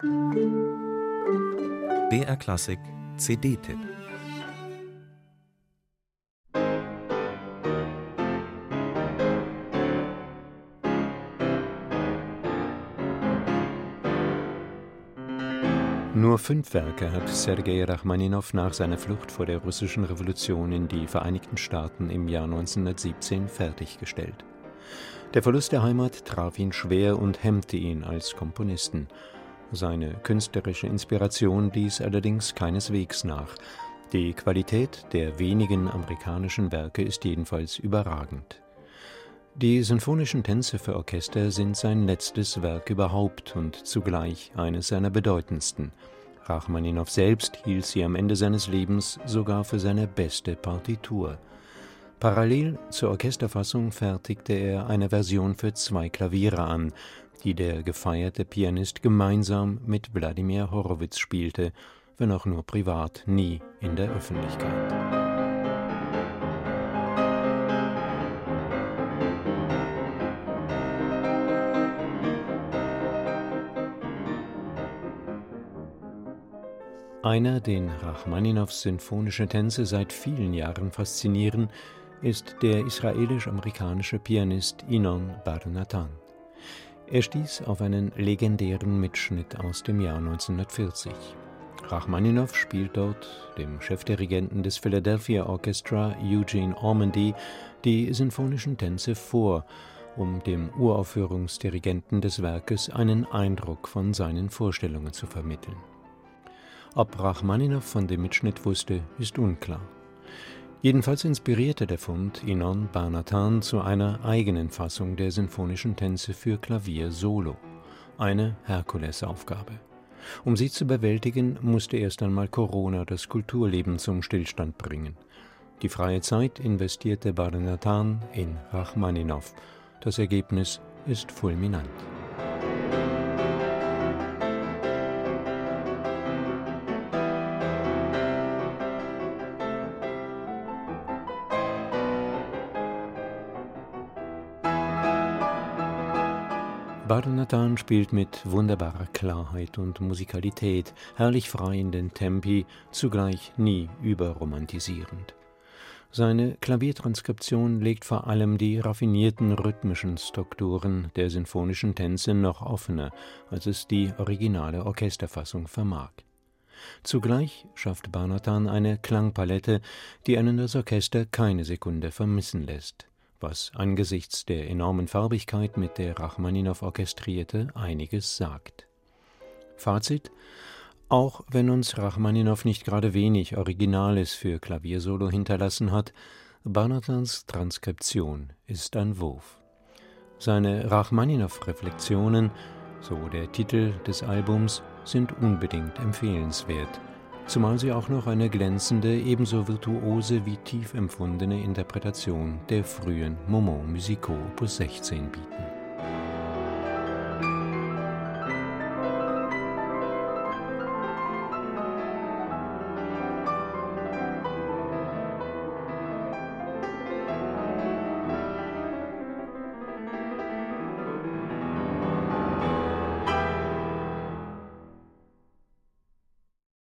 BR Klassik CD-Tipp. Nur 5 Werke hat Sergei Rachmaninow nach seiner Flucht vor der russischen Revolution in die Vereinigten Staaten im Jahr 1917 fertiggestellt. Der Verlust der Heimat traf ihn schwer und hemmte ihn als Komponisten. Seine künstlerische Inspiration ließ allerdings keineswegs nach. Die Qualität der wenigen amerikanischen Werke ist jedenfalls überragend. Die Sinfonischen Tänze für Orchester sind sein letztes Werk überhaupt und zugleich eines seiner bedeutendsten. Rachmaninow selbst hielt sie am Ende seines Lebens sogar für seine beste Partitur. Parallel zur Orchesterfassung fertigte er eine Version für 2 Klaviere an, die der gefeierte Pianist gemeinsam mit Wladimir Horowitz spielte, wenn auch nur privat, nie in der Öffentlichkeit. Einer, den Rachmaninows sinfonische Tänze seit vielen Jahren faszinieren, ist der israelisch-amerikanische Pianist Inon Bar Natan. Er stieß auf einen legendären Mitschnitt aus dem Jahr 1940. Rachmaninow spielt dort dem Chefdirigenten des Philadelphia Orchestra, Eugene Ormandy, die sinfonischen Tänze vor, um dem Uraufführungsdirigenten des Werkes einen Eindruck von seinen Vorstellungen zu vermitteln. Ob Rachmaninow von dem Mitschnitt wusste, ist unklar. Jedenfalls inspirierte der Fund Inon Bar Natan zu einer eigenen Fassung der sinfonischen Tänze für Klavier solo. Eine Herkulesaufgabe. Um sie zu bewältigen, musste erst einmal Corona das Kulturleben zum Stillstand bringen. Die freie Zeit investierte Bar Natan in Rachmaninow. Das Ergebnis ist fulminant. Bar Natan spielt mit wunderbarer Klarheit und Musikalität, herrlich frei in den Tempi, zugleich nie überromantisierend. Seine Klaviertranskription legt vor allem die raffinierten rhythmischen Strukturen der sinfonischen Tänze noch offener, als es die originale Orchesterfassung vermag. Zugleich schafft Bar Natan eine Klangpalette, die einen das Orchester keine Sekunde vermissen lässt, was angesichts der enormen Farbigkeit, mit der Rachmaninow orchestrierte, einiges sagt. Fazit: Auch wenn uns Rachmaninow nicht gerade wenig Originales für Klaviersolo hinterlassen hat, Bar Natans Transkription ist ein Wurf. Seine Rachmaninow-Reflexionen, so der Titel des Albums, sind unbedingt empfehlenswert, zumal sie auch noch eine glänzende, ebenso virtuose wie tief empfundene Interpretation der frühen Moments musicaux Opus 16 bieten.